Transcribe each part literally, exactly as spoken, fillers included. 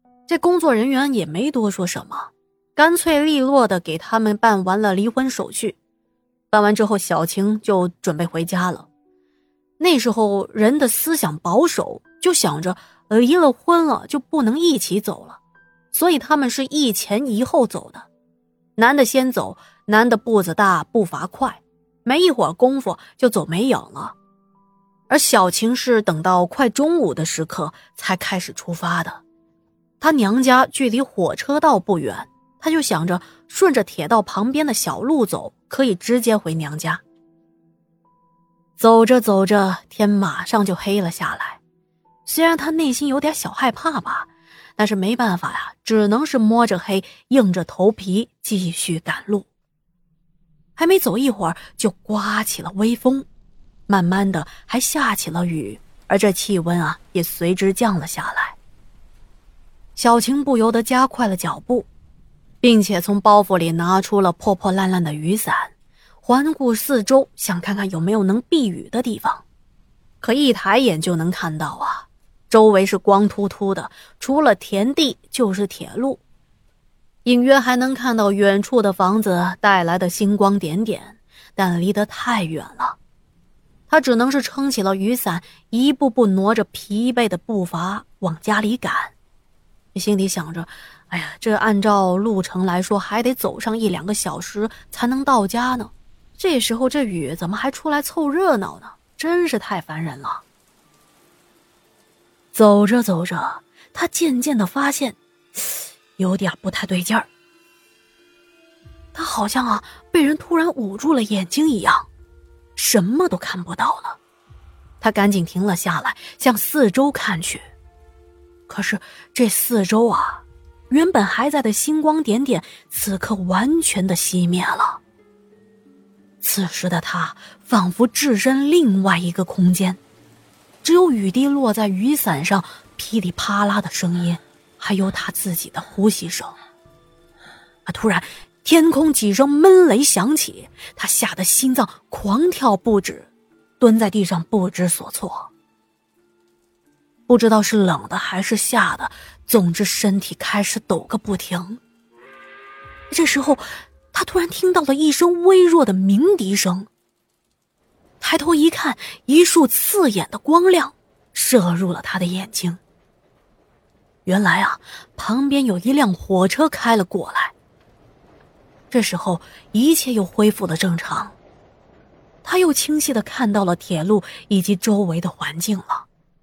这工作人员也没多说什么，干脆利落地给他们办完了离婚手续。办完之后，小晴就准备回家了。那时候人的思想保守，就想着离了婚了就不能一起走了，所以他们是一前一后走的。男的先走，男的步子大，步伐快，没一会儿功夫就走没影了。而小晴是等到快中午的时刻才开始出发的。她娘家距离火车道不远，她就想着顺着铁道旁边的小路走，可以直接回娘家。走着走着，天马上就黑了下来。虽然她内心有点小害怕吧，但是没办法呀，只能是摸着黑，硬着头皮继续赶路。还没走一会儿，就刮起了微风，慢慢的还下起了雨，而这气温啊也随之降了下来。小晴不由得加快了脚步，并且从包袱里拿出了破破烂烂的雨伞，环顾四周，想看看有没有能避雨的地方。可一抬眼就能看到啊，周围是光秃秃的，除了田地就是铁路，隐约还能看到远处的房子带来的星光点点，但离得太远了。他只能是撑起了雨伞，一步步挪着疲惫的步伐往家里赶。心里想着，哎呀，这按照路程来说还得走上一两个小时才能到家呢，这时候这雨怎么还出来凑热闹呢？真是太烦人了。走着走着，他渐渐地发现有点不太对劲儿。他好像啊被人突然捂住了眼睛一样，什么都看不到了。他赶紧停了下来，向四周看去。可是这四周啊，原本还在的星光点点，此刻完全的熄灭了。此时的他仿佛置身另外一个空间，只有雨滴落在雨伞上噼里啪啦的声音，还有他自己的呼吸声。啊！突然天空几声闷雷响起，他吓得心脏狂跳不止，蹲在地上不知所措。不知道是冷的还是吓的，总之身体开始抖个不停。这时候他突然听到了一声微弱的鸣笛声，抬头一看，一束刺眼的光亮射入了他的眼睛。原来啊，旁边有一辆火车开了过来。这时候一切又恢复了正常，他又清晰地看到了铁路以及周围的环境了。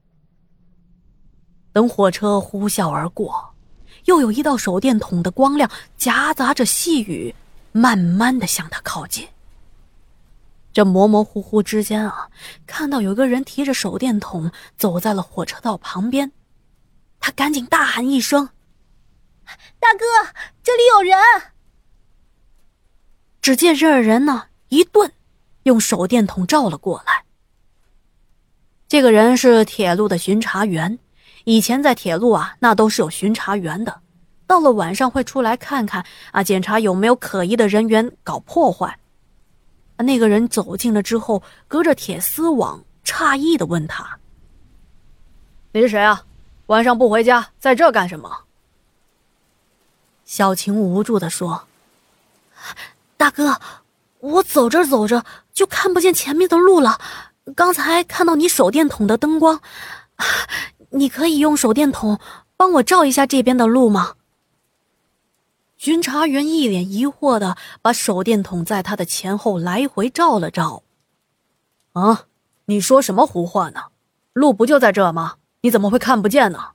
等火车呼啸而过，又有一道手电筒的光亮夹杂着细雨，慢慢地向他靠近。这模模糊糊之间啊，看到有个人提着手电筒走在了火车道旁边。他赶紧大喊一声：“ 大哥，这里有人！” 只见这人呢一顿，用手电筒照了过来。这个人是铁路的巡查员，以前在铁路啊，那都是有巡查员的，到了晚上会出来看看啊，检查有没有可疑的人员搞破坏。那个人走近了之后，隔着铁丝网诧异地问他：“你是谁啊？晚上不回家，在这干什么？”小晴无助地说：“大哥，我走着走着就看不见前面的路了，刚才看到你手电筒的灯光，你可以用手电筒帮我照一下这边的路吗？”巡查员一脸疑惑地把手电筒在他的前后来回照了照。“啊，你说什么胡话呢？路不就在这吗？你怎么会看不见呢？”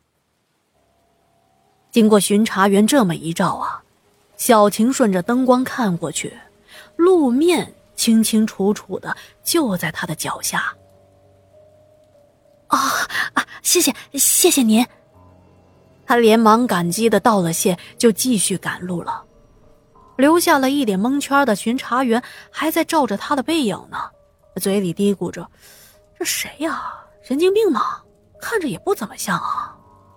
经过巡查员这么一照啊，小晴顺着灯光看过去，路面清清楚楚的就在他的脚下。“啊啊，谢谢谢谢您。”他连忙感激的道了谢，就继续赶路了。留下了一脸蒙圈的巡查员还在照着他的背影呢，嘴里嘀咕着：“这谁呀？神经病吗？看着也不怎么像啊。”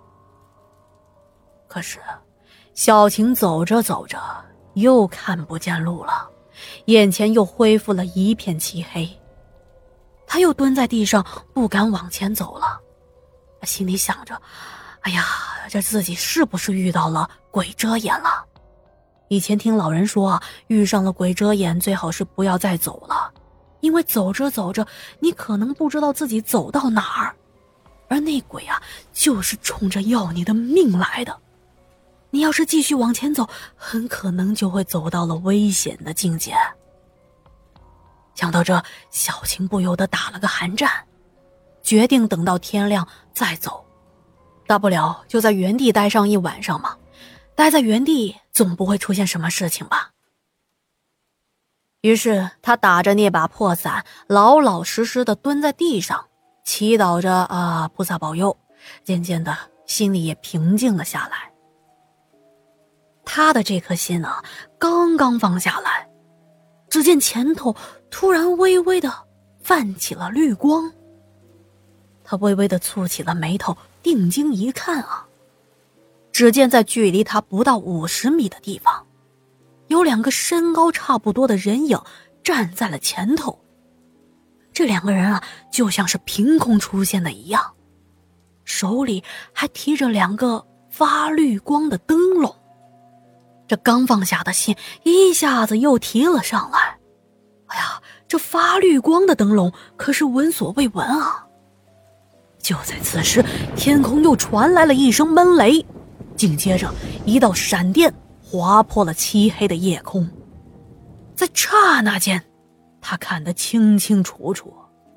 可是小晴走着走着又看不见路了，眼前又恢复了一片漆黑。他又蹲在地上不敢往前走了，心里想着：“哎呀， 这自己是不是遇到了鬼遮眼了？以前听老人说啊，遇上了鬼遮眼最好是不要再走了，因为走着走着你可能不知道自己走到哪儿，而那鬼啊就是冲着要你的命来的。你要是继续往前走，很可能就会走到了危险的境界。想到这，小晴不由得打了个寒战，决定等到天亮再走，大不了就在原地待上一晚上嘛，待在原地总不会出现什么事情吧。于是他打着那把破伞，老老实实的蹲在地上，祈祷着啊，菩萨保佑，渐渐的心里也平静了下来。他的这颗心啊，刚刚放下来，只见前头突然微微的泛起了绿光。他微微的蹙起了眉头，定睛一看啊，只见在距离他不到五十米的地方，有两个身高差不多的人影站在了前头。这两个人啊，就像是凭空出现的一样，手里还提着两个发绿光的灯笼。这刚放下的心一下子又提了上来。哎呀，这发绿光的灯笼可是闻所未闻啊！就在此时，天空又传来了一声闷雷，紧接着一道闪电划破了漆黑的夜空。在刹那间，他看得清清楚楚，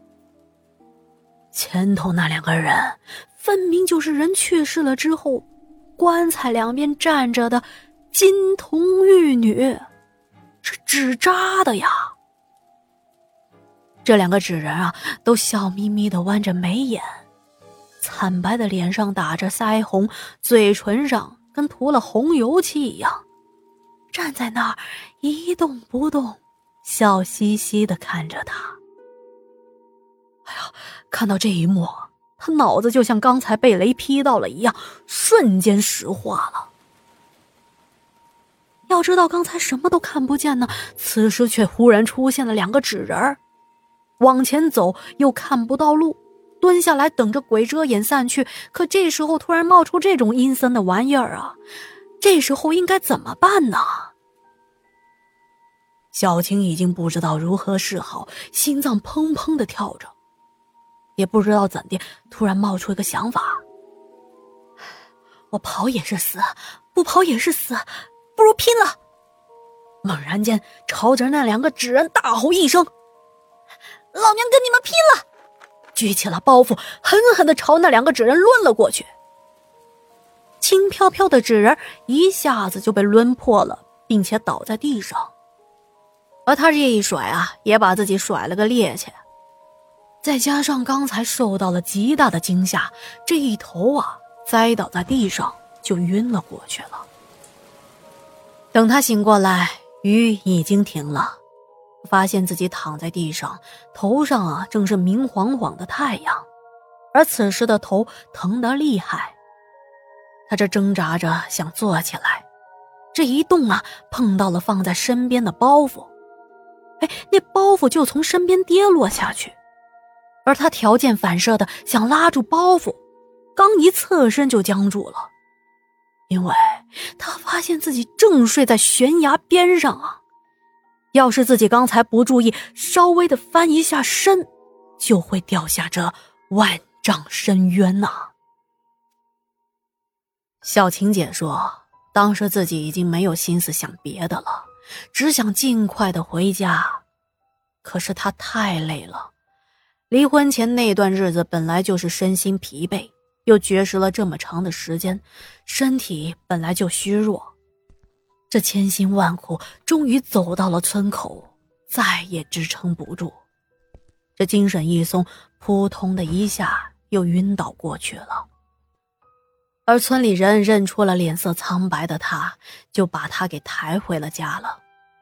前头那两个人分明就是人去世了之后棺材两边站着的金童玉女，是纸扎的呀。这两个纸人啊，都笑眯眯地弯着眉眼，惨白的脸上打着腮红，嘴唇上跟涂了红油漆一样，站在那儿一动不动，笑嘻嘻地看着他。哎呀，看到这一幕，他脑子就像刚才被雷劈到了一样，瞬间石化了。要知道刚才什么都看不见呢，此时却忽然出现了两个纸人儿，往前走又看不到路，蹲下来等着鬼遮眼散去，可这时候突然冒出这种阴森的玩意儿啊，这时候应该怎么办呢？小晴已经不知道如何是好，心脏砰砰地跳着，也不知道怎地突然冒出一个想法，我跑也是死，不跑也是死，不如拼了！猛然间朝着那两个纸人大吼一声，老娘跟你们拼了！举起了包袱，狠狠地朝那两个纸人抡了过去。轻飘飘的纸人一下子就被抡破了，并且倒在地上。而他这一甩啊，也把自己甩了个趔趄。再加上刚才受到了极大的惊吓，这一头啊栽倒在地上就晕了过去了。等他醒过来，雨已经停了，发现自己躺在地上，头上啊正是明晃晃的太阳，而此时的头疼得厉害。他这挣扎着想坐起来，这一动啊碰到了放在身边的包袱，哎，那包袱就从身边跌落下去，而他条件反射的想拉住包袱，刚一侧身就僵住了，因为他发现自己正睡在悬崖边上啊，要是自己刚才不注意，稍微的翻一下身，就会掉下这万丈深渊呐、啊。小晴姐说，当时自己已经没有心思想别的了，只想尽快的回家。可是她太累了，离婚前那段日子本来就是身心疲惫，又绝食了这么长的时间，身体本来就虚弱。这千辛万苦终于走到了村口，再也支撑不住，这精神一松，扑通的一下又晕倒过去了。而村里人认出了脸色苍白的他，就把他给抬回了家了。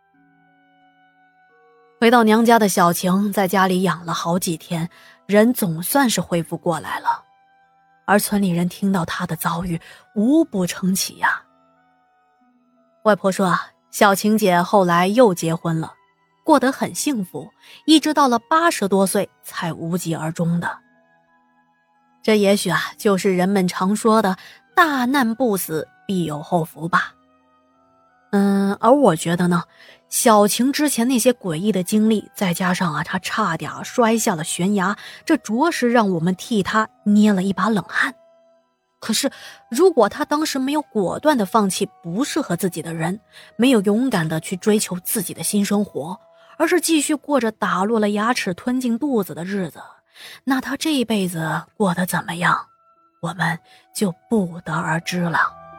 回到娘家的小晴在家里养了好几天，人总算是恢复过来了。而村里人听到他的遭遇，无不称奇呀、啊。外婆说啊，小晴姐后来又结婚了，过得很幸福，一直到了八十多岁才无疾而终的。这也许啊，就是人们常说的大难不死，必有后福吧。嗯，而我觉得呢，小晴之前那些诡异的经历，再加上啊，她差点摔下了悬崖，这着实让我们替她捏了一把冷汗。可是，如果她当时没有果断的放弃不适合自己的人，没有勇敢的去追求自己的新生活，而是继续过着打落了牙齿吞进肚子的日子，那她这辈子过得怎么样，我们就不得而知了。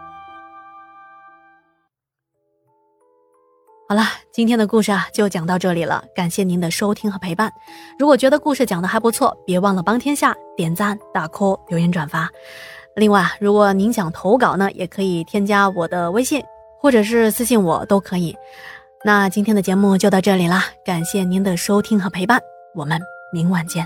好了，今天的故事啊就讲到这里了，感谢您的收听和陪伴。如果觉得故事讲得还不错，别忘了帮天下点赞、打 call、留言转发。另外，如果您想投稿呢，也可以添加我的微信，或者是私信我都可以。那今天的节目就到这里啦，感谢您的收听和陪伴，我们明晚见。